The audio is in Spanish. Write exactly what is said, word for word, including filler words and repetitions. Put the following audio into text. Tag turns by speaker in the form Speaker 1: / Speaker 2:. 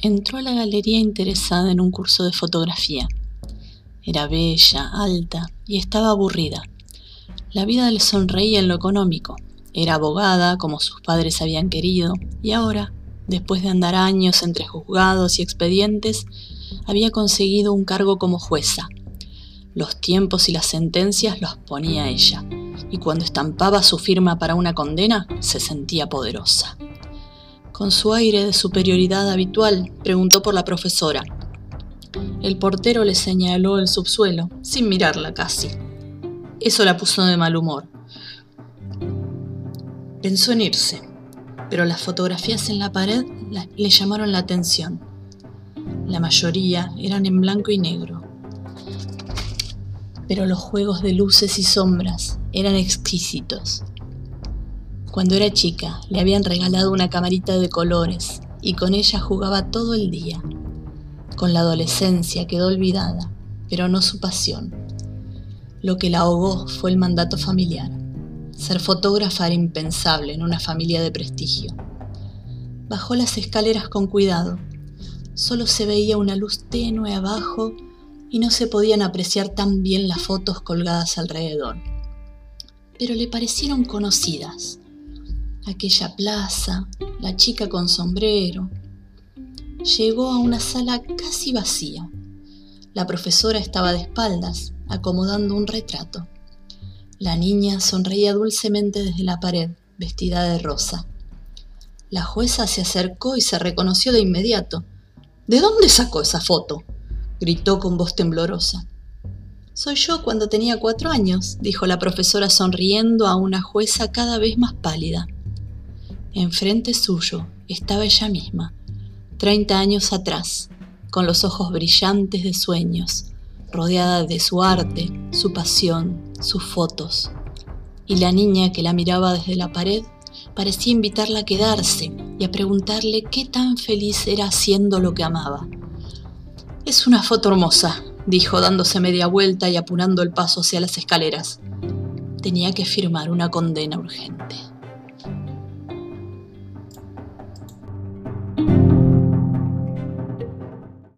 Speaker 1: entró a la galería interesada en un curso de fotografía. Era bella, alta y estaba aburrida. La vida le sonreía en lo económico. Era abogada, como sus padres habían querido, y ahora, después de andar años entre juzgados y expedientes, había conseguido un cargo como jueza. Los tiempos y las sentencias los ponía ella, y cuando estampaba su firma para una condena, se sentía poderosa. Con su aire de superioridad habitual, preguntó por la profesora. El portero le señaló el subsuelo, sin mirarla casi. Eso la puso de mal humor. Pensó en irse, pero las fotografías en la pared le llamaron la atención. La mayoría eran en blanco y negro, pero los juegos de luces y sombras eran exquisitos. Cuando era chica, le habían regalado una camarita de colores y con ella jugaba todo el día. Con la adolescencia quedó olvidada, pero no su pasión. Lo que la ahogó fue el mandato familiar. Ser fotógrafa era impensable en una familia de prestigio. Bajó las escaleras con cuidado. Solo se veía una luz tenue abajo y no se podían apreciar tan bien las fotos colgadas alrededor. Pero le parecieron conocidas. Aquella plaza, la chica con sombrero. Llegó a una sala casi vacía. La profesora estaba de espaldas, acomodando un retrato. La niña sonreía dulcemente desde la pared, vestida de rosa. La jueza se acercó y se reconoció de inmediato. ¿De dónde sacó esa foto?, gritó con voz temblorosa. Soy yo cuando tenía cuatro años, dijo la profesora sonriendo a una jueza cada vez más pálida. Enfrente suyo estaba ella misma, treinta años atrás, con los ojos brillantes de sueños, rodeada de su arte, su pasión, sus fotos. Y la niña que la miraba desde la pared parecía invitarla a quedarse y a preguntarle qué tan feliz era haciendo lo que amaba. Es una foto hermosa, dijo dándose media vuelta y apurando el paso hacia las escaleras. Tenía que firmar una condena urgente.